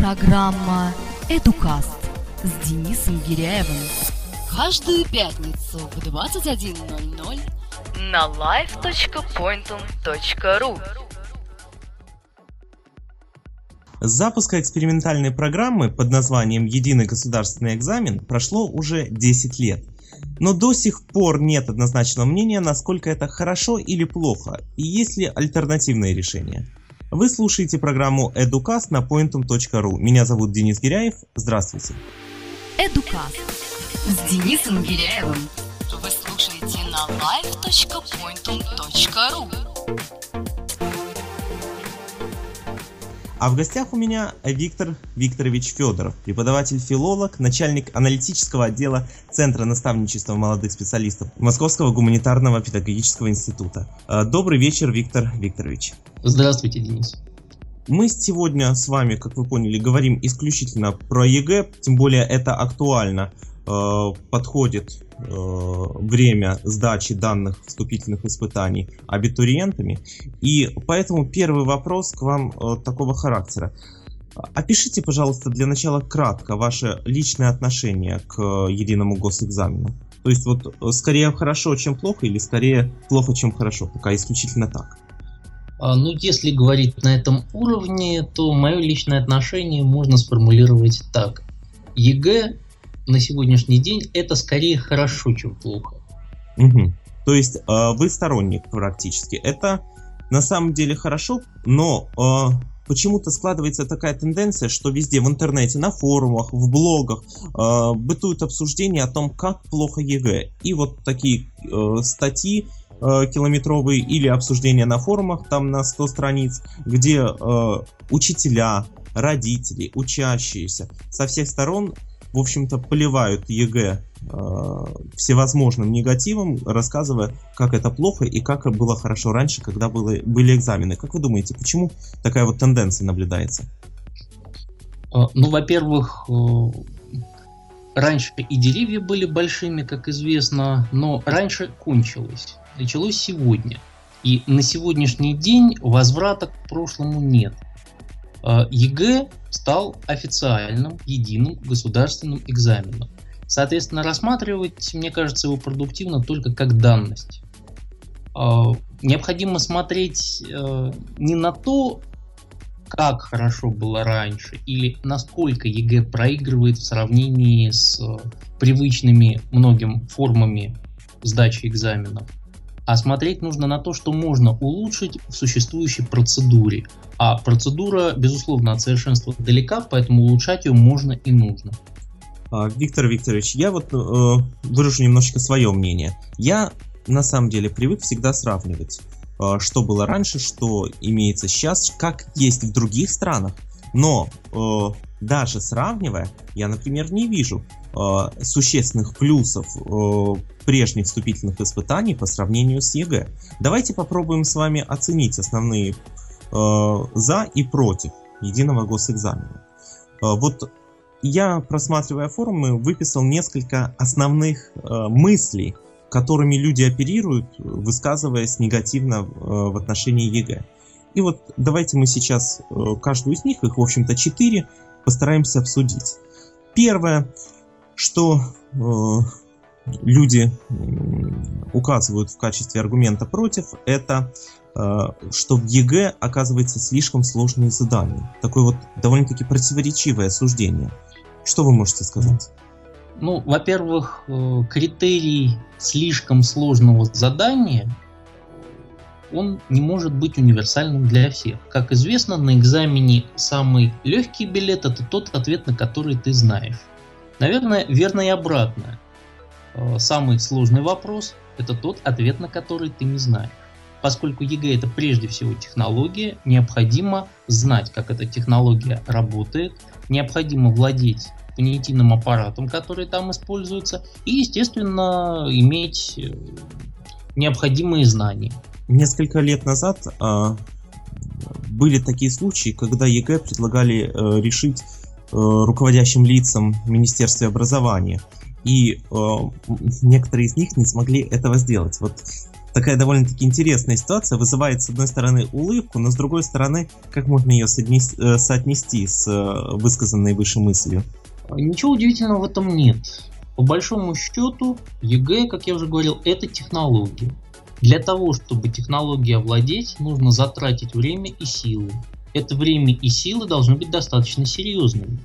Программа «Эдукаст» с Денисом Гиряевым. Каждую пятницу в 21:00 на live.pointum.ru. С запуска экспериментальной программы под названием «Единый государственный экзамен» прошло уже 10 лет. Но до сих пор нет однозначного мнения, насколько это хорошо или плохо, и есть ли альтернативные решения. Вы слушаете программу «Эдукаст» на pointum.ru. Меня зовут Денис Гиряев. Здравствуйте. «Эдукаст» С Денисом Гиряевым. Вы слушаете на live.pointum.ru. А в гостях у меня Виктор Викторович Федоров, преподаватель-филолог, начальник аналитического отдела Центра наставничества молодых специалистов Московского гуманитарного педагогического института. Добрый вечер, Виктор Викторович. Здравствуйте, Денис. Мы сегодня с вами, как вы поняли, говорим исключительно про ЕГЭ, тем более это актуально. Подходит время сдачи данных вступительных испытаний абитуриентами. И поэтому первый вопрос к вам такого характера. Опишите, пожалуйста, для начала кратко ваше личное отношение к единому госэкзамену. То есть вот скорее хорошо, чем плохо, или скорее плохо, чем хорошо? Пока исключительно так. Если говорить на этом уровне, то мое личное отношение можно сформулировать так. ЕГЭ на сегодняшний день это скорее хорошо, чем плохо. Угу. То есть вы сторонник практически. Это на самом деле хорошо, но почему-то складывается такая тенденция, что везде в интернете, на форумах, в блогах бытуют обсуждения о том, как плохо ЕГЭ. И вот такие статьи километровые или обсуждения на форумах, там на 100 страниц, где учителя, родители, учащиеся со всех сторон, в общем-то, поливают ЕГЭ всевозможным негативом, рассказывая, как это плохо и как было хорошо раньше, когда были экзамены. Как вы думаете, почему такая вот тенденция наблюдается? Во-первых, раньше и деревья были большими, как известно, но раньше кончилось. Началось сегодня. И на сегодняшний день возврата к прошлому нет. ЕГЭ стал официальным, единым государственным экзаменом. Соответственно, рассматривать, мне кажется, его продуктивно только как данность. Необходимо смотреть не на то, как хорошо было раньше, или насколько ЕГЭ проигрывает в сравнении с привычными многим формами сдачи экзаменов. А смотреть нужно на то, что можно улучшить в существующей процедуре. А процедура, безусловно, от совершенства далека, поэтому улучшать ее можно и нужно. Виктор Викторович, я вот выражу немножечко свое мнение. Я на самом деле привык всегда сравнивать, что было раньше, что имеется сейчас, как есть в других странах. Но даже сравнивая, я, например, не вижу существенных плюсов прежних вступительных испытаний по сравнению с ЕГЭ. Давайте попробуем с вами оценить основные за и против единого госэкзамена. Вот я, просматривая форумы, выписал несколько основных мыслей, которыми люди оперируют, высказываясь негативно в отношении ЕГЭ. И вот давайте мы сейчас каждую из них, их в общем-то 4, постараемся обсудить. Первое, что люди указывают в качестве аргумента против, это что в ЕГЭ оказывается слишком сложные задания. Такое вот довольно-таки противоречивое суждение. Что вы можете сказать? Во-первых, критерий слишком сложного задания, он не может быть универсальным для всех. Как известно, на экзамене самый легкий билет – это тот ответ, на который ты знаешь. Наверное, верно и обратное. Самый сложный вопрос – это тот ответ, на который ты не знаешь. Поскольку ЕГЭ – это прежде всего технология, необходимо знать, как эта технология работает, необходимо владеть понятийным аппаратом, который там используется, и, естественно, иметь необходимые знания. Несколько лет назад были такие случаи, когда ЕГЭ предлагали решить руководящим лицам в Министерстве образования, и некоторые из них не смогли этого сделать. Вот такая довольно-таки интересная ситуация, вызывает с одной стороны улыбку, но с другой стороны, как можно ее соотнести с высказанной выше мыслью? Ничего удивительного в этом нет. По большому счету, ЕГЭ, как я уже говорил, это технология. Для того, чтобы технологией овладеть, нужно затратить время и силы. Это время и силы должны быть достаточно серьезными.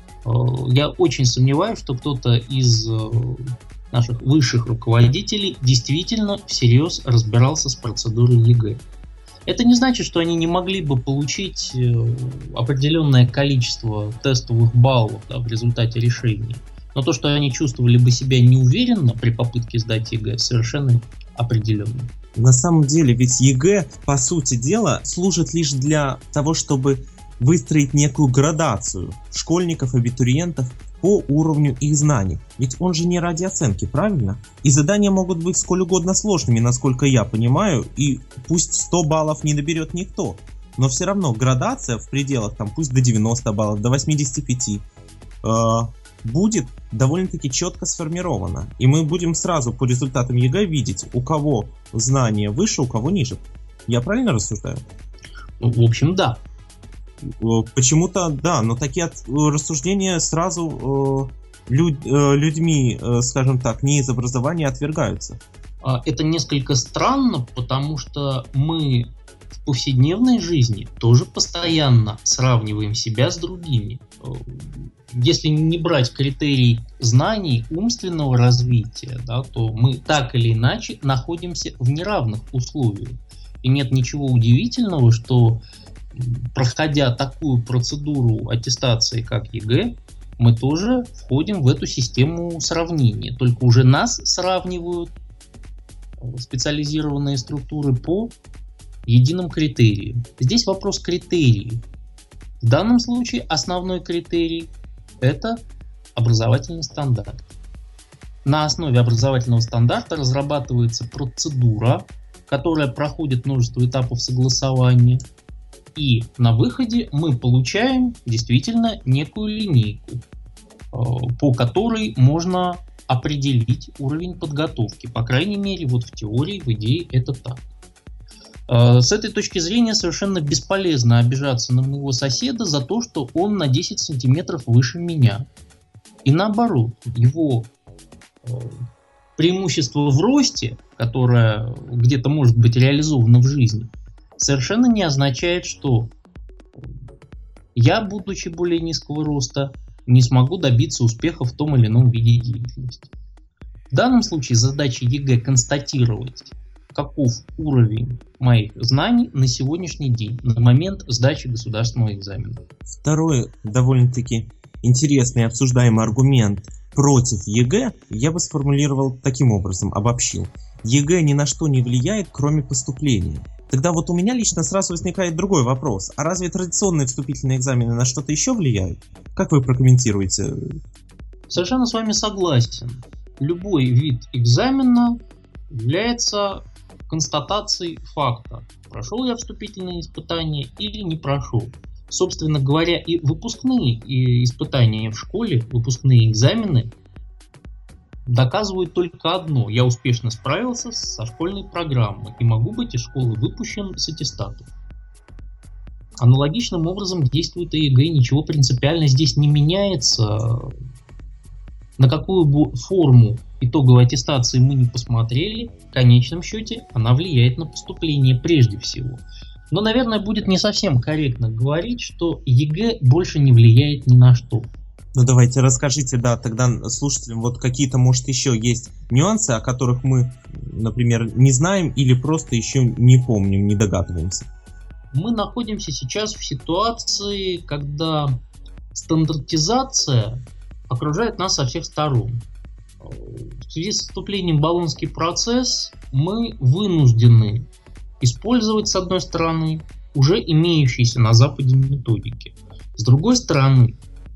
Я очень сомневаюсь, что кто-то из наших высших руководителей действительно всерьез разбирался с процедурой ЕГЭ. Это не значит, что они не могли бы получить определенное количество тестовых баллов, в результате решения. Но то, что они чувствовали бы себя неуверенно при попытке сдать ЕГЭ, совершенно определенно. На самом деле, ведь ЕГЭ, по сути дела, служит лишь для того, чтобы выстроить некую градацию школьников, абитуриентов по уровню их знаний. Ведь он же не ради оценки, правильно? И задания могут быть сколь угодно сложными, насколько я понимаю, и пусть 100 баллов не наберет никто, но все равно градация в пределах, пусть до 90 баллов, до 85, будет довольно-таки четко сформирована. И мы будем сразу по результатам ЕГЭ видеть, у кого знания выше, у кого ниже. Я правильно рассуждаю? В общем, да. Почему-то, да, но такие рассуждения сразу людьми, скажем так, не из образования отвергаются. Это несколько странно, потому что мы в повседневной жизни тоже постоянно сравниваем себя с другими. Если не брать критерий знаний, умственного развития, то мы так или иначе находимся в неравных условиях. И нет ничего удивительного, что, проходя такую процедуру аттестации, как ЕГЭ, мы тоже входим в эту систему сравнения. Только уже нас сравнивают специализированные структуры по единым критериям. Здесь вопрос критерий. В данном случае основной критерий – это образовательный стандарт. На основе образовательного стандарта разрабатывается процедура, которая проходит множество этапов согласования. И на выходе мы получаем действительно некую линейку, по которой можно определить уровень подготовки. По крайней мере, в теории, в идее это так. С этой точки зрения совершенно бесполезно обижаться на моего соседа за то, что он на 10 сантиметров выше меня. И наоборот, его преимущество в росте, которое где-то может быть реализовано в жизни, совершенно не означает, что я, будучи более низкого роста, не смогу добиться успеха в том или ином виде деятельности. В данном случае задача ЕГЭ констатировать, каков уровень моих знаний на сегодняшний день, на момент сдачи государственного экзамена. Второй довольно-таки интересный и обсуждаемый аргумент против ЕГЭ я бы сформулировал таким образом, обобщил. ЕГЭ ни на что не влияет, кроме поступления. Тогда у меня лично сразу возникает другой вопрос. А разве традиционные вступительные экзамены на что-то еще влияют? Как вы прокомментируете? Совершенно с вами согласен. Любой вид экзамена является констатацией факта. Прошел я вступительные испытания или не прошел. Собственно говоря, и выпускные испытания в школе, выпускные экзамены доказывают только одно: я успешно справился со школьной программой и могу быть из школы выпущен с аттестатом. Аналогичным образом действует и ЕГЭ, ничего принципиально здесь не меняется. На какую бы форму итоговой аттестации мы не посмотрели, в конечном счете она влияет на поступление прежде всего. Но, наверное, будет не совсем корректно говорить, что ЕГЭ больше не влияет ни на что. Ну давайте расскажите, тогда слушателям какие-то, может, еще есть нюансы, о которых мы, например, не знаем или просто еще не помним, не догадываемся. Мы находимся сейчас в ситуации, когда стандартизация окружает нас со всех сторон. В связи с вступлением в Болонский процесс мы вынуждены использовать, с одной стороны, уже имеющиеся на Западе методики. С другой стороны,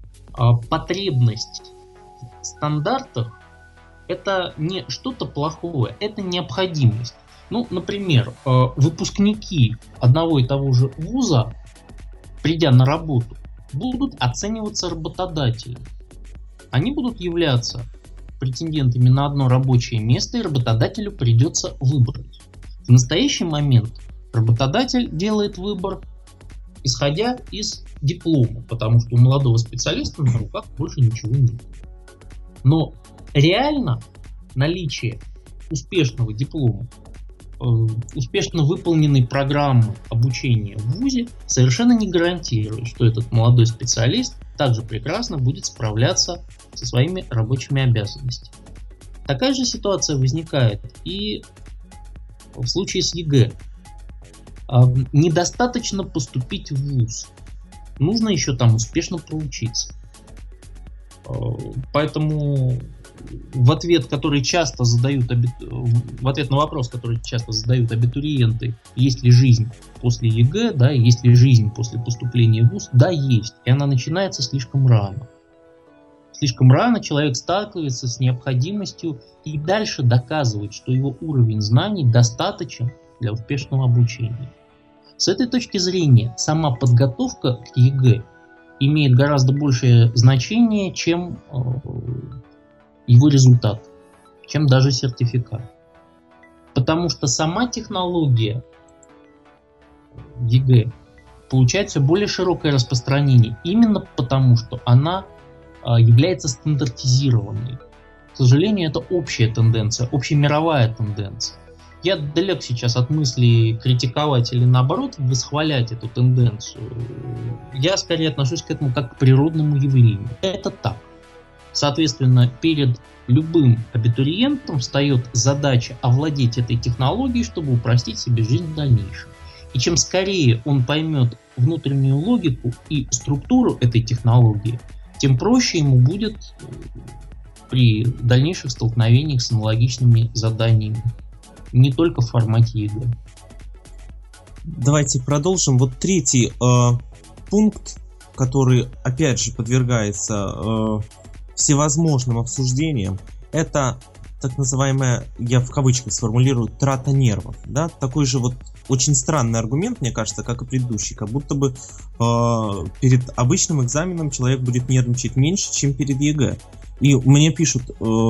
потребность в стандартах – это не что-то плохое, это необходимость. Например, выпускники одного и того же вуза, придя на работу, будут оцениваться работодателем. Они будут являться претендентами на одно рабочее место, и работодателю придется выбрать. В настоящий момент работодатель делает выбор, исходя из диплома, потому что у молодого специалиста на руках больше ничего нет. Но реально наличие успешного диплома, успешно выполненной программы обучения в ВУЗе совершенно не гарантирует, что этот молодой специалист также прекрасно будет справляться со своими рабочими обязанностями. Такая же ситуация возникает и в случае с ЕГЭ. Недостаточно поступить в ВУЗ. Нужно еще там успешно проучиться. Поэтому в ответ на вопрос, который часто задают абитуриенты, есть ли жизнь после ЕГЭ, да, есть ли жизнь после поступления в ВУЗ, да, есть. И она начинается слишком рано. Слишком рано человек сталкивается с необходимостью и дальше доказывать, что его уровень знаний достаточен для успешного обучения. С этой точки зрения сама подготовка к ЕГЭ имеет гораздо большее значение, чем его результат, чем даже сертификат. Потому что сама технология ЕГЭ получает все более широкое распространение, именно потому что она является стандартизированной. К сожалению, это общая тенденция, общемировая тенденция. Я далек сейчас от мысли критиковать или наоборот восхвалять эту тенденцию. Я скорее отношусь к этому как к природному явлению. Это так. Соответственно, перед любым абитуриентом встает задача овладеть этой технологией, чтобы упростить себе жизнь в дальнейшем. И чем скорее он поймет внутреннюю логику и структуру этой технологии, тем проще ему будет при дальнейших столкновениях с аналогичными заданиями, не только в формате ЕГЭ. Давайте продолжим. Вот третий пункт, который опять же подвергается всевозможным обсуждениям, это так называемая, я в кавычках сформулирую, трата нервов. Да? Такой же вот очень странный аргумент, мне кажется, как и предыдущий, как будто бы перед обычным экзаменом человек будет нервничать меньше, чем перед ЕГЭ. И мне пишут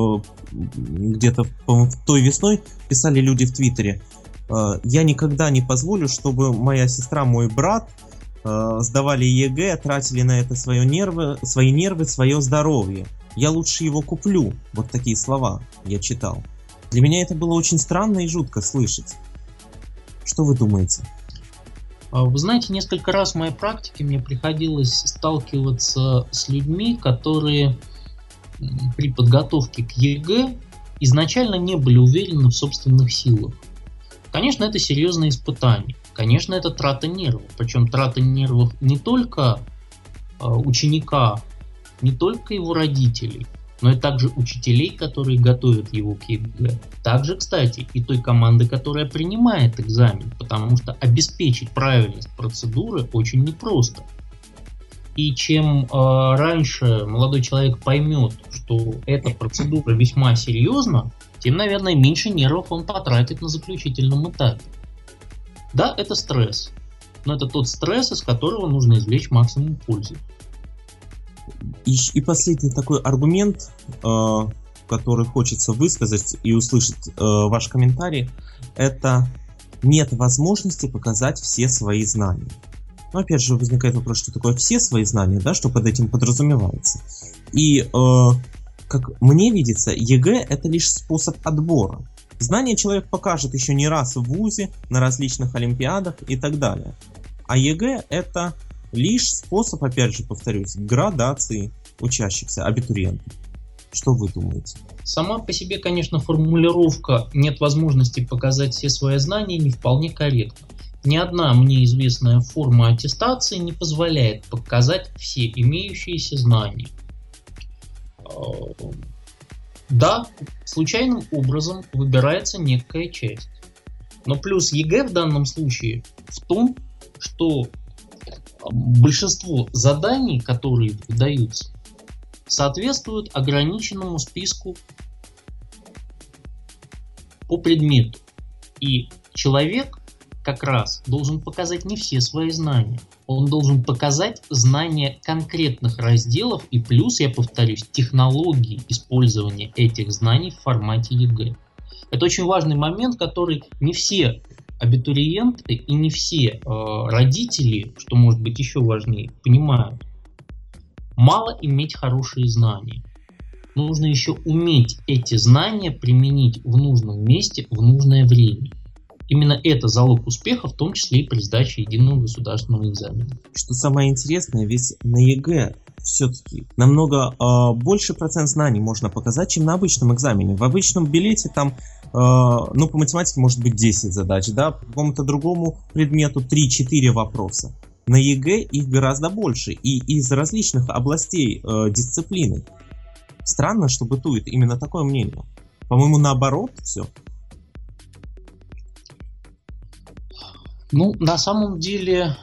где-то, по-моему, той весной, писали люди в Твиттере: я никогда не позволю, чтобы моя сестра, мой брат сдавали ЕГЭ, тратили на это свои нервы, свое здоровье. Я лучше его куплю. Вот такие слова я читал. Для меня это было очень странно и жутко слышать. Что вы думаете? Вы знаете, несколько раз в моей практике мне приходилось сталкиваться с людьми, которые при подготовке к ЕГЭ изначально не были уверены в собственных силах. Конечно, это серьезное испытание. Конечно, это трата нервов. Причем трата нервов не только ученика, не только его родителей, но и также учителей, которые готовят его к ЕГЭ. Также, кстати, и той команды, которая принимает экзамен, потому что обеспечить правильность процедуры очень непросто. И чем раньше молодой человек поймет, что эта процедура весьма серьезна, тем, наверное, меньше нервов он потратит на заключительном этапе. Да, это стресс, но это тот стресс, из которого нужно извлечь максимум пользы. И последний такой аргумент, который хочется высказать и услышать ваш комментарий, это: нет возможности показать все свои знания. Но опять же возникает вопрос, что такое все свои знания, да, что под этим подразумевается. И как мне видится, ЕГЭ это лишь способ отбора. Знания человек покажет еще не раз в ВУЗе, на различных олимпиадах и так далее. А ЕГЭ это лишь способ, опять же повторюсь, градации учащихся, абитуриентов. Что вы думаете? Сама по себе, конечно, формулировка «нет возможности показать все свои знания» не вполне корректна. Ни одна мне известная форма аттестации не позволяет показать все имеющиеся знания. Да, случайным образом выбирается некая часть. Но плюс ЕГЭ в данном случае в том, что большинство заданий, которые выдаются, соответствуют ограниченному списку по предмету. И человек как раз должен показать не все свои знания. Он должен показать знания конкретных разделов и плюс, я повторюсь, технологии использования этих знаний в формате ЕГЭ. Это очень важный момент, который не все абитуриенты и не все родители, что может быть еще важнее, понимают. Мало иметь хорошие знания. Нужно еще уметь эти знания применить в нужном месте, в нужное время. Именно это залог успеха, в том числе и при сдаче единого государственного экзамена. Что самое интересное, ведь на ЕГЭ все-таки намного больше процент знаний можно показать, чем на обычном экзамене. В обычном билете там, по математике может быть 10 задач, да, по какому-то другому предмету 3-4 вопроса. На ЕГЭ их гораздо больше и из различных областей дисциплины. Странно, что бытует именно такое мнение. По-моему, наоборот все. На самом деле,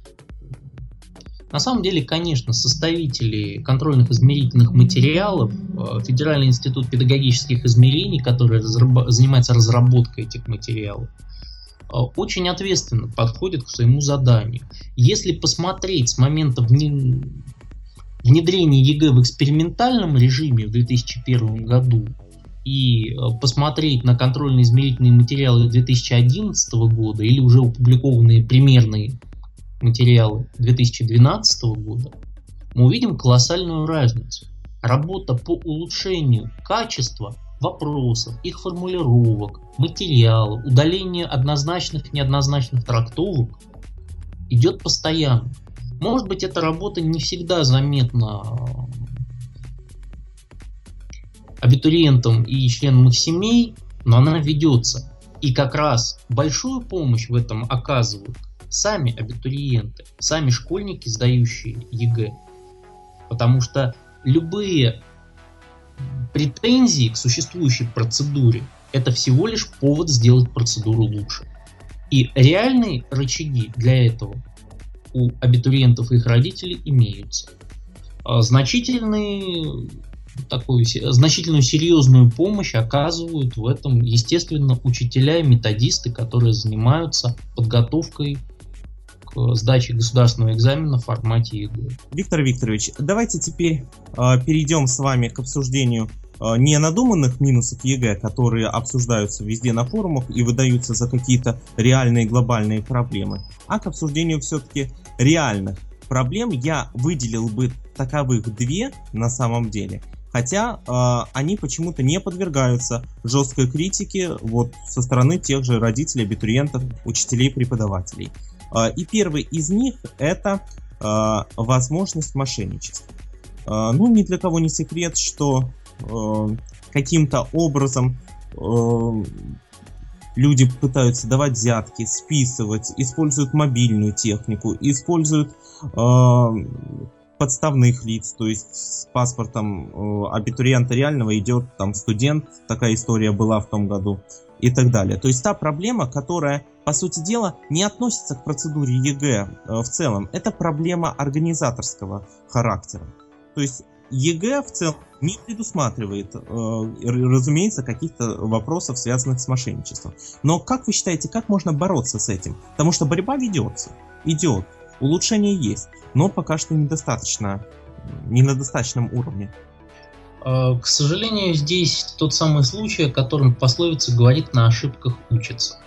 конечно, составители контрольных измерительных материалов, Федеральный институт педагогических измерений, который занимается разработкой этих материалов, очень ответственно подходит к своему заданию. Если посмотреть с момента внедрения ЕГЭ в экспериментальном режиме в 2001 году и посмотреть на контрольно-измерительные материалы 2011 года или уже опубликованные примерные материалы 2012 года, мы увидим колоссальную разницу. Работа по улучшению качества вопросов, их формулировок, материалов, удаление однозначных и неоднозначных трактовок идет постоянно. Может быть, эта работа не всегда заметна абитуриентам и членам их семей, но она ведется. И как раз большую помощь в этом оказывают сами абитуриенты, сами школьники, сдающие ЕГЭ. Потому что любые претензии к существующей процедуре – это всего лишь повод сделать процедуру лучше. И реальные рычаги для этого у абитуриентов и их родителей имеются. Значительную серьезную помощь оказывают в этом, естественно, учителя и методисты, которые занимаются подготовкой к сдаче государственного экзамена в формате ЕГЭ. Виктор Викторович, давайте теперь перейдем с вами к обсуждению не надуманных минусов ЕГЭ, которые обсуждаются везде на форумах и выдаются за какие-то реальные глобальные проблемы, а к обсуждению все-таки реальных проблем. Я выделил бы таковых две на самом деле, хотя они почему-то не подвергаются жесткой критике со стороны тех же родителей, абитуриентов, учителей, преподавателей. И первый из них – это возможность мошенничества. Ни для кого не секрет, что каким-то образом люди пытаются давать взятки, списывать, используют мобильную технику, используют подставных лиц, то есть с паспортом абитуриента реального идет там студент, такая история была в том году, и так далее. То есть та проблема, которая, по сути дела, не относится к процедуре ЕГЭ в целом, это проблема организаторского характера. То есть ЕГЭ в целом не предусматривает, разумеется, каких-то вопросов, связанных с мошенничеством. Но как вы считаете, как можно бороться с этим? Потому что борьба идет, улучшение есть, но пока что не на достаточном уровне. К сожалению, здесь тот самый случай, о котором пословица говорит: на ошибках учатся.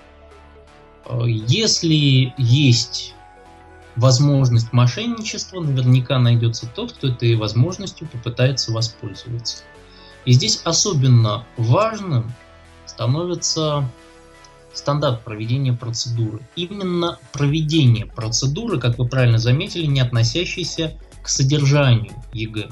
Если есть возможность мошенничества, наверняка найдется тот, кто этой возможностью попытается воспользоваться. И здесь особенно важным становится стандарт проведения процедуры. Именно проведение процедуры, как вы правильно заметили, не относящийся к содержанию ЕГЭ.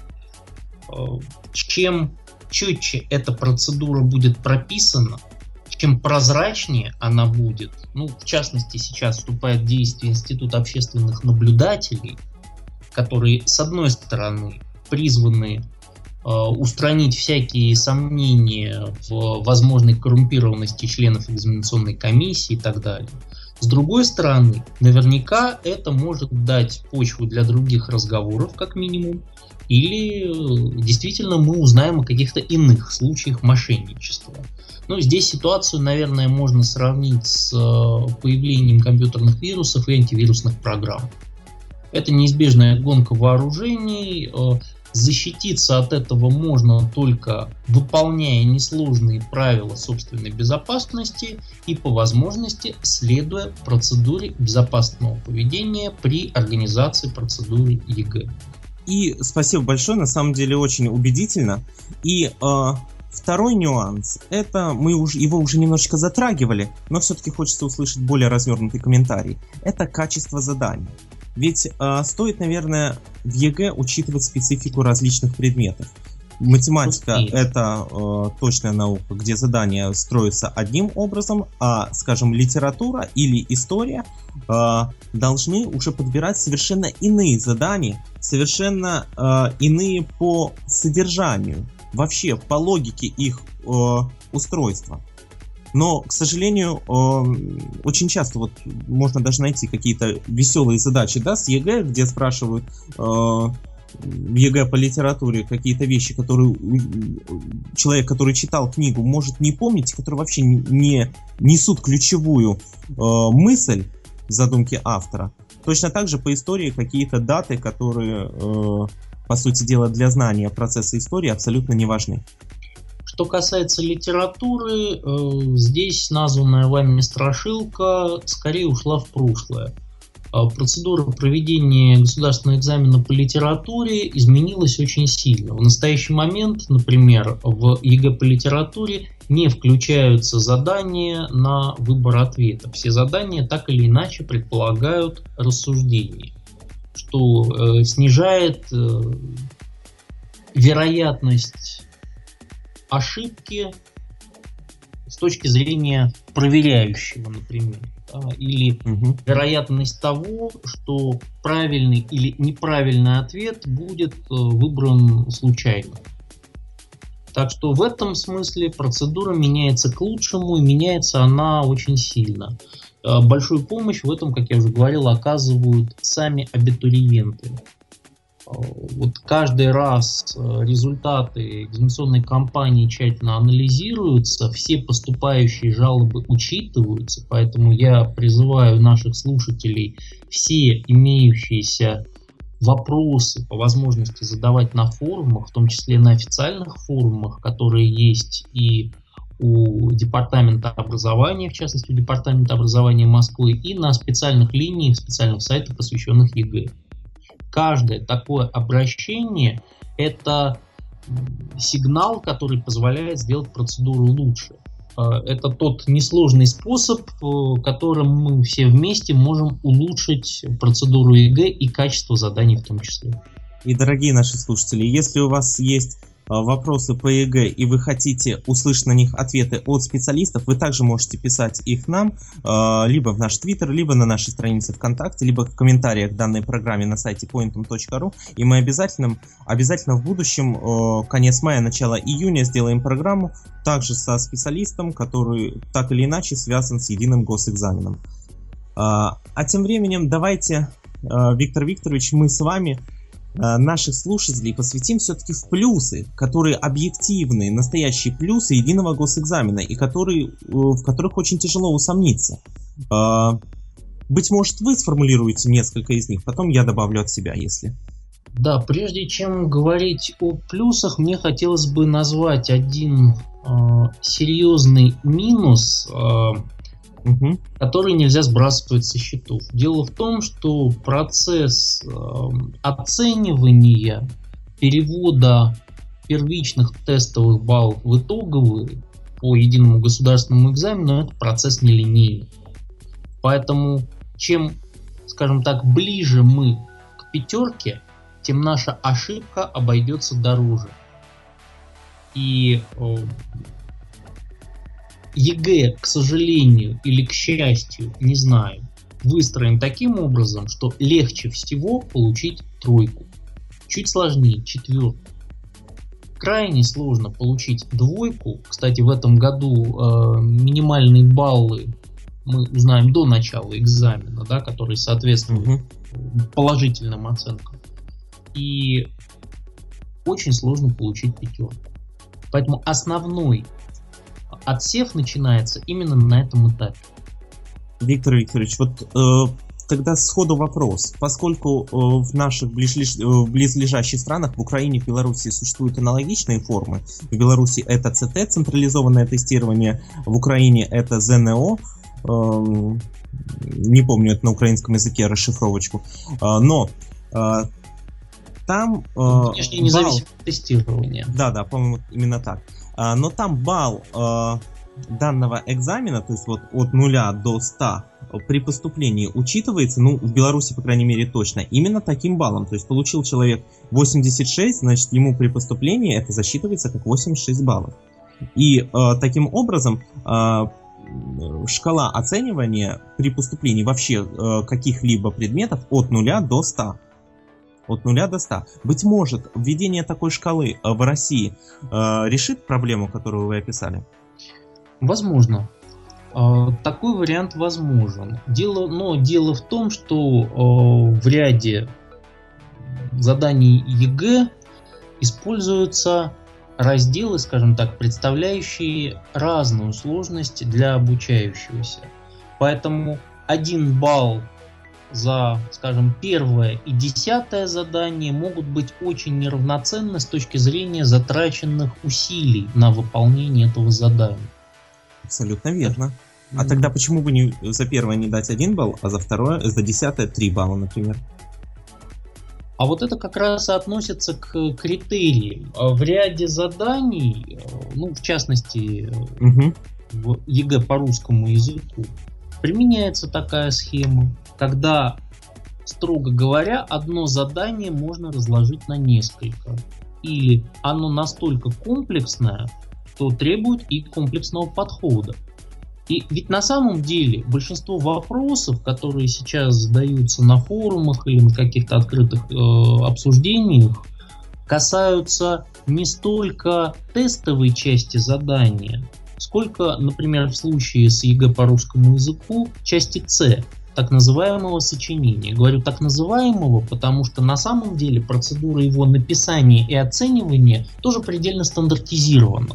Чем четче эта процедура будет прописана, чем прозрачнее она будет, в частности, сейчас вступает в действие Институт общественных наблюдателей, которые, с одной стороны, призваны устранить всякие сомнения в возможной коррумпированности членов экзаменационной комиссии и так далее. С другой стороны, наверняка это может дать почву для других разговоров, как минимум, или действительно мы узнаем о каких-то иных случаях мошенничества. Здесь ситуацию, наверное, можно сравнить с появлением компьютерных вирусов и антивирусных программ. Это неизбежная гонка вооружений. Защититься от этого можно только выполняя несложные правила собственной безопасности и по возможности следуя процедуре безопасного поведения при организации процедуры ЕГЭ. И спасибо большое, на самом деле очень убедительно. И второй нюанс, это его уже немножечко затрагивали, но все-таки хочется услышать более развернутый комментарий. Это качество заданий. Ведь стоит, наверное, в ЕГЭ учитывать специфику различных предметов. Математика — это точная наука, где задания строятся одним образом, а, скажем, литература или история должны уже подбирать совершенно иные задания, совершенно иные по содержанию, вообще по логике их устройства. Но, к сожалению, очень часто вот можно даже найти какие-то веселые задачи, да, с ЕГЭ, где спрашивают в ЕГЭ по литературе какие-то вещи, которые человек, который читал книгу, может не помнить, которые вообще не несут ключевую мысль задумки автора. Точно так же по истории какие-то даты, которые, по сути дела, для знания процесса истории абсолютно не важны. Что касается литературы, здесь названная вами страшилка скорее ушла в прошлое. Процедура проведения государственного экзамена по литературе изменилась очень сильно. В настоящий момент, например, в ЕГЭ по литературе не включаются задания на выбор ответа. Все задания так или иначе предполагают рассуждение, что снижает вероятность ошибки с точки зрения проверяющего, например, да, или вероятность того, что правильный или неправильный ответ будет выбран случайно. Так что в этом смысле процедура меняется к лучшему, и меняется она очень сильно. Большую помощь в этом, как я уже говорил, оказывают сами абитуриенты. Вот каждый раз результаты экзаменационной кампании тщательно анализируются, все поступающие жалобы учитываются, поэтому я призываю наших слушателей все имеющиеся вопросы по возможности задавать на форумах, в том числе на официальных форумах, которые есть и у Департамента образования, в частности у Департамента образования Москвы, и на специальных линиях, специальных сайтах, посвященных ЕГЭ. Каждое такое обращение – это сигнал, который позволяет сделать процедуру лучше. Это тот несложный способ, которым мы все вместе можем улучшить процедуру ЕГЭ и качество заданий в том числе. И, дорогие наши слушатели, если у вас есть вопросы по ЕГЭ и вы хотите услышать на них ответы от специалистов, вы также можете писать их нам либо в наш Твиттер, либо на нашей странице ВКонтакте, либо в комментариях к данной программе на сайте pointum.ru, и мы обязательно в будущем, конец мая, начало июня, сделаем программу также со специалистом, который так или иначе связан с единым госэкзаменом. А тем временем давайте, Виктор Викторович, мы с вами наших слушателей посвятим все-таки в плюсы, которые объективные, настоящие плюсы единого госэкзамена, и в которых очень тяжело усомниться. Быть может, вы сформулируете несколько из них, потом я добавлю от себя, если... Да, прежде чем говорить о плюсах, мне хотелось бы назвать один серьезный минус, который нельзя сбрасывать со счетов. Дело в том, что процесс оценивания, перевода первичных тестовых баллов в итоговые по единому государственному экзамену — это процесс нелинейный. Поэтому чем, скажем так, ближе мы к пятерке, тем наша ошибка обойдется дороже. И ЕГЭ, к сожалению или к счастью, не знаю, выстроен таким образом, что легче всего получить тройку. Чуть сложнее четверку. Крайне сложно получить двойку. Кстати, в этом году минимальные баллы мы узнаем до начала экзамена, да, которые соответствуют положительным оценкам. И очень сложно получить пятерку. Поэтому основной отсев начинается именно на этом этапе. Виктор Викторович, вот тогда сходу вопрос. Поскольку в наших близлежащих странах, в Украине, в Беларуси существуют аналогичные формы. В Беларуси это ЦТ, централизованное тестирование, в Украине это ЗНО. Не помню это на украинском языке расшифровочку. Но там... Внешне независимое тестирование. Да, по-моему, именно так. Но там балл данного экзамена, то есть вот от 0 до 100 при поступлении учитывается, ну, в Беларуси, по крайней мере, точно, именно таким баллом. То есть получил человек 86, значит, ему при поступлении это засчитывается как 86 баллов. И таким образом шкала оценивания при поступлении вообще каких-либо предметов от 0 до 100. От 0 до 100. Быть может, введение такой шкалы в России решит проблему, которую вы описали? Возможно. Такой вариант возможен. Дело в том, что в ряде заданий ЕГЭ используются разделы, скажем так, представляющие разную сложность для обучающегося. Поэтому 1 балл за, скажем, 1 и 10 задание могут быть очень неравноценны с точки зрения затраченных усилий на выполнение этого задания. Абсолютно верно. А тогда почему бы не за 1 не дать 1 балл, а за 10 3 балла, например? А вот это как раз и относится к критериям. В ряде заданий, ну, в частности, в ЕГЭ по русскому языку, применяется такая схема, когда, строго говоря, одно задание можно разложить на несколько. Или оно настолько комплексное, что требует и комплексного подхода. И ведь на самом деле большинство вопросов, которые сейчас задаются на форумах или на каких-то открытых обсуждениях, касаются не столько тестовой части задания, сколько, например, в случае с ЕГЭ по русскому языку, части С, так называемого сочинения. Говорю так называемого, потому что на самом деле процедура его написания и оценивания тоже предельно стандартизирована.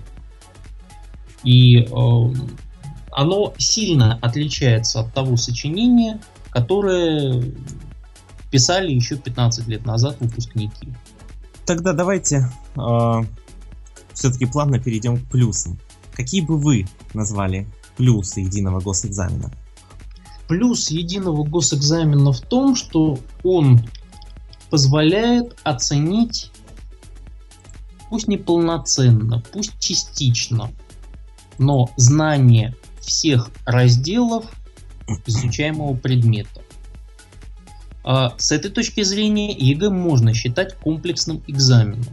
И оно сильно отличается от того сочинения, которое писали еще 15 лет назад выпускники. Тогда давайте все-таки плавно перейдем к плюсам. Какие бы вы назвали плюсы единого госэкзамена? Плюс единого госэкзамена в том, что он позволяет оценить, пусть не полноценно, пусть частично, но знание всех разделов изучаемого предмета. С этой точки зрения ЕГЭ можно считать комплексным экзаменом.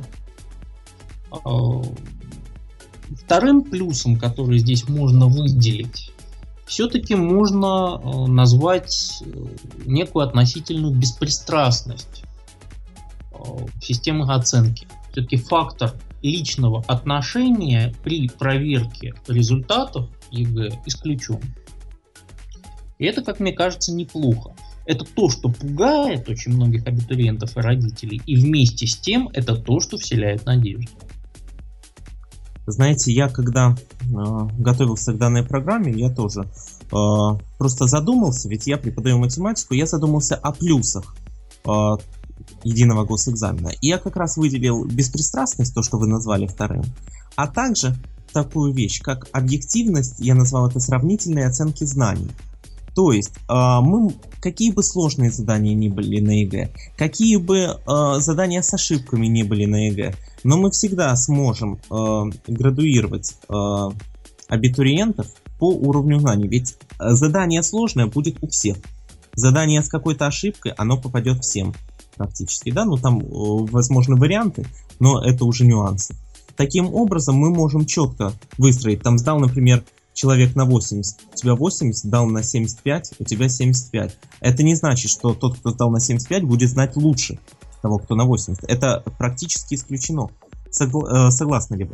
Вторым плюсом, который здесь можно выделить, все-таки можно назвать некую относительную беспристрастность системы оценки. Все-таки фактор личного отношения при проверке результатов ЕГЭ исключен. И это, как мне кажется, неплохо. Это то, что пугает очень многих абитуриентов и родителей, и вместе с тем это то, что вселяет надежду. Знаете, я когда готовился к данной программе, я тоже просто задумался, ведь я преподаю математику, я задумался о плюсах единого госэкзамена. И я как раз выделил беспристрастность, то, что вы назвали вторым, а также такую вещь, как объективность, я назвал это сравнительной оценки знаний. То есть, мы, какие бы сложные задания ни были на ЕГЭ, какие бы задания с ошибками ни были на ЕГЭ, но мы всегда сможем градуировать абитуриентов по уровню знаний. Ведь задание сложное будет у всех. Задание с какой-то ошибкой, оно попадет всем практически. Да? Ну, там, возможно, варианты, но это уже нюансы. Таким образом, мы можем четко выстроить. Там сдал, например, человек на 80, у тебя 80, дал на 75, у тебя 75. Это не значит, что тот, кто сдал на 75, будет знать лучше того, кто на 80. Это практически исключено. Согласны ли вы?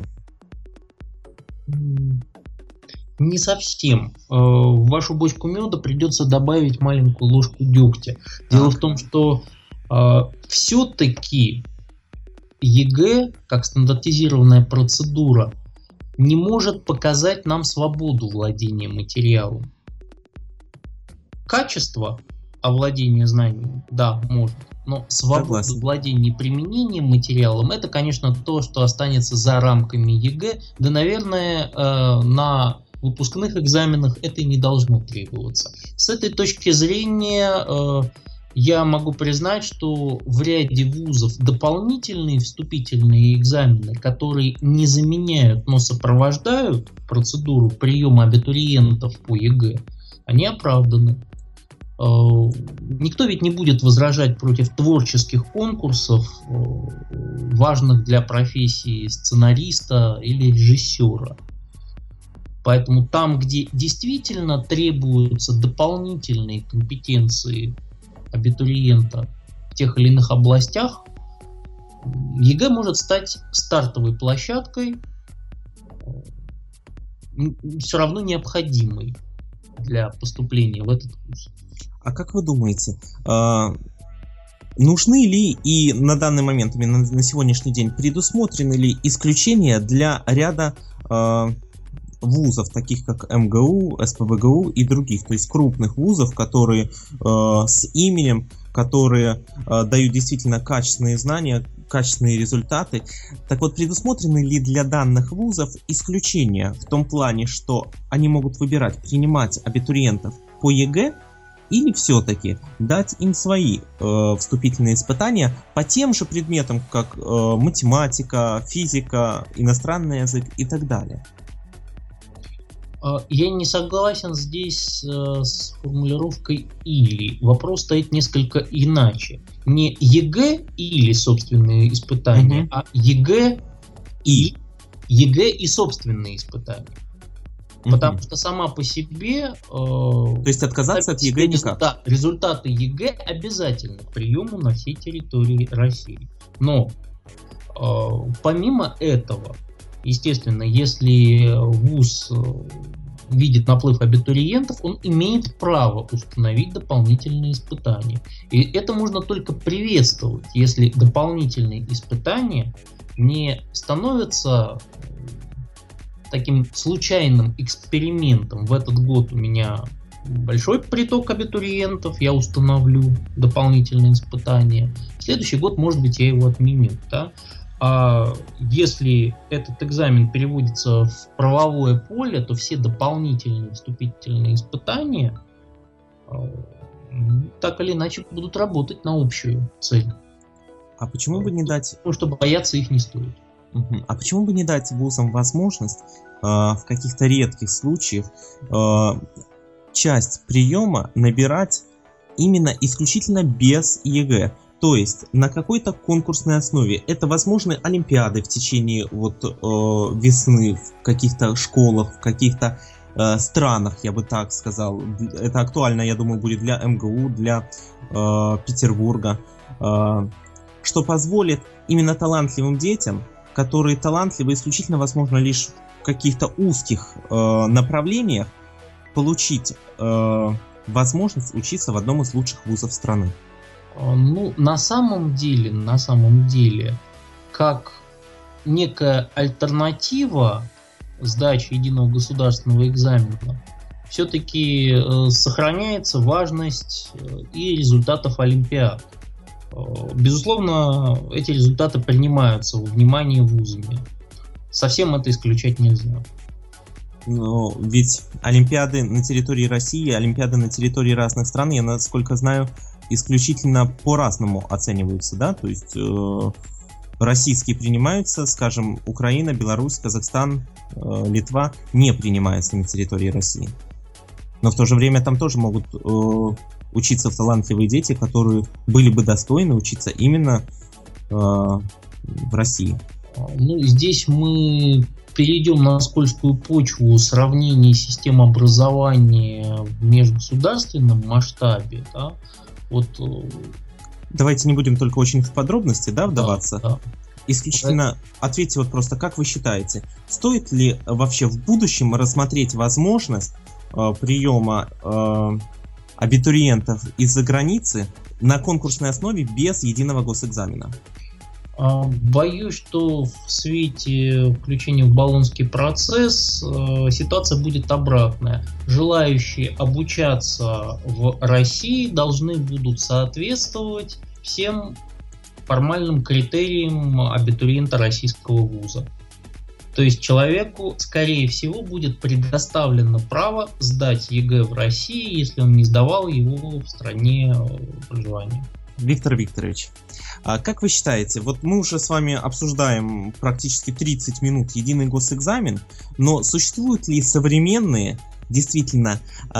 Не совсем. В вашу бочку меда придется добавить маленькую ложку дегтя. Дело в том, что все-таки ЕГЭ, как стандартизированная процедура, не может показать нам свободу владения материалом. Качество овладение знаниями, да, может. Но свобода Согласен. владения и применения материалом, это, конечно, то, что останется за рамками ЕГЭ. Да, наверное, на выпускных экзаменах это и не должно требоваться. С этой точки зрения я могу признать, что в ряде вузов дополнительные вступительные экзамены, которые не заменяют, но сопровождают процедуру приема абитуриентов по ЕГЭ, они оправданы. Никто ведь не будет возражать против творческих конкурсов, важных для профессии сценариста или режиссера. Поэтому там, где действительно требуются дополнительные компетенции абитуриента в тех или иных областях, ЕГЭ может стать стартовой площадкой, все равно необходимой для поступления в этот вуз. А как вы думаете, нужны ли и на данный момент, именно на сегодняшний день, предусмотрены ли исключения для ряда вузов, таких как МГУ, СПбГУ и других, то есть крупных вузов, которые с именем, которые дают действительно качественные знания, качественные результаты? Так вот, предусмотрены ли для данных вузов исключения в том плане, что они могут выбирать, принимать абитуриентов по ЕГЭ, или все-таки дать им свои вступительные испытания по тем же предметам, как математика, физика, иностранный язык и так далее? Я не согласен здесь с формулировкой «или». Вопрос стоит несколько иначе. Не ЕГЭ или собственные испытания, а ЕГЭ и собственные испытания. Потому что сама по себе... То есть отказаться от ЕГЭ никак? Да, результаты ЕГЭ обязательны к приему на всей территории России. Но помимо этого, естественно, если вуз видит наплыв абитуриентов, он имеет право установить дополнительные испытания. И это можно только приветствовать, если дополнительные испытания не становятся таким случайным экспериментом. В этот год у меня большой приток абитуриентов, я установлю дополнительные испытания. В следующий год, может быть, я его отменю. Да? А если этот экзамен переводится в правовое поле, то все дополнительные вступительные испытания так или иначе будут работать на общую цель. А почему бы не дать... Потому что бояться их не стоит. А почему бы не дать вузам возможность в каких-то редких случаях часть приема набирать именно исключительно без ЕГЭ? То есть на какой-то конкурсной основе. Это возможны олимпиады в течение весны в каких-то школах, в каких-то странах, я бы так сказал. Это актуально, я думаю, будет для МГУ, для Петербурга. Что позволит именно талантливым детям, которые талантливы исключительно, возможно, лишь в каких-то узких направлениях, получить возможность учиться в одном из лучших вузов страны. Ну, на самом деле, как некая альтернатива сдачи единого государственного экзамена, все-таки сохраняется важность и результатов олимпиад. Безусловно, эти результаты принимаются во внимание вузами. Совсем это исключать нельзя. Но ведь олимпиады на территории России, олимпиады на территории разных стран, я насколько знаю, исключительно по-разному оцениваются, да? То есть российские принимаются, скажем, Украина, Беларусь, Казахстан, Литва не принимаются на территории России. Но в то же время там тоже могут учиться талантливые дети, которые были бы достойны учиться именно в России. Ну, здесь мы перейдем на скользкую почву сравнения систем образования в межгосударственном масштабе. Да? Вот, давайте не будем только очень в подробности, да, вдаваться. Да. Исключительно ответьте вот просто, как вы считаете, стоит ли вообще в будущем рассмотреть возможность приема абитуриентов из-за границы на конкурсной основе без единого госэкзамена? Боюсь, что в свете включения в Болонский процесс ситуация будет обратная. Желающие обучаться в России должны будут соответствовать всем формальным критериям абитуриента российского вуза. То есть человеку, скорее всего, будет предоставлено право сдать ЕГЭ в России, если он не сдавал его в стране проживания. Виктор Викторович, как вы считаете, вот мы уже с вами обсуждаем практически 30 минут единый госэкзамен, но существуют ли современные, действительно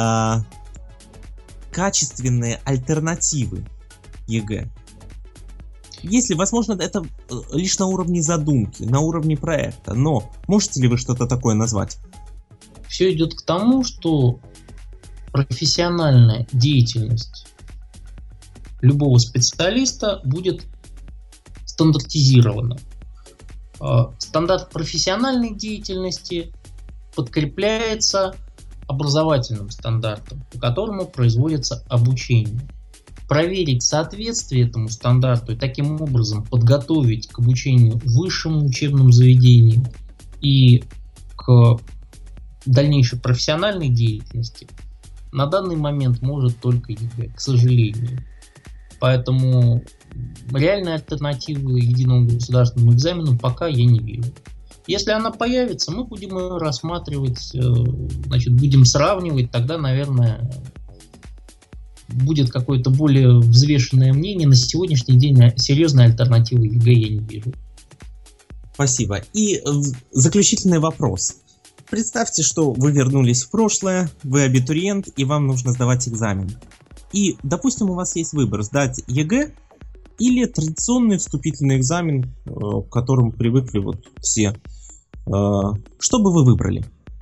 качественные альтернативы ЕГЭ? Если, возможно, это лишь на уровне задумки, на уровне проекта, но можете ли вы что-то такое назвать? Все идет к тому, что профессиональная деятельность любого специалиста будет стандартизирована. Стандарт профессиональной деятельности подкрепляется образовательным стандартом, по которому производится обучение. Проверить соответствие этому стандарту и таким образом подготовить к обучению в высшем учебном заведении и к дальнейшей профессиональной деятельности на данный момент может только ЕГЭ, к сожалению. Поэтому реальной альтернативы единому государственному экзамену пока я не вижу. Если она появится, мы будем ее рассматривать, будем сравнивать, тогда, наверное, будет какое-то более взвешенное мнение. На сегодняшний день серьезной альтернативы ЕГЭ я не вижу. Спасибо. И заключительный вопрос. Представьте, что вы вернулись в прошлое, вы абитуриент, и вам нужно сдавать экзамен. И, допустим, у вас есть выбор: сдать ЕГЭ или традиционный вступительный экзамен, к которому привыкли все. Что бы вы выбрали?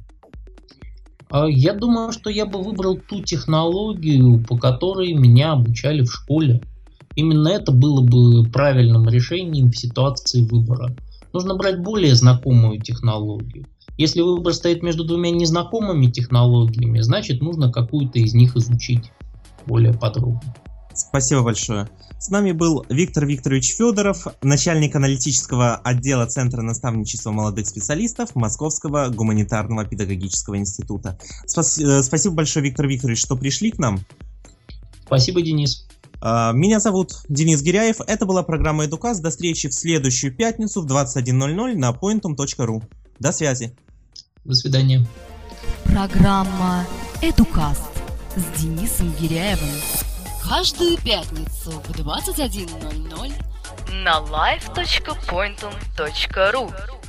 Я думаю, что я бы выбрал ту технологию, по которой меня обучали в школе. Именно это было бы правильным решением в ситуации выбора. Нужно брать более знакомую технологию. Если выбор стоит между двумя незнакомыми технологиями, значит нужно какую-то из них изучить более подробно. Спасибо большое. С нами был Виктор Викторович Федоров, начальник аналитического отдела Центра наставничества молодых специалистов Московского гуманитарного педагогического института. Спасибо большое, Виктор Викторович, что пришли к нам. Спасибо, Денис. Меня зовут Денис Гиряев. Это была программа Эдукаст. До встречи в следующую пятницу в 21:00 на pointum.ru. До связи. До свидания. Программа Эдукаст с Денисом Гиряевым. Каждую пятницу в 21:00 на live.pointum.ru.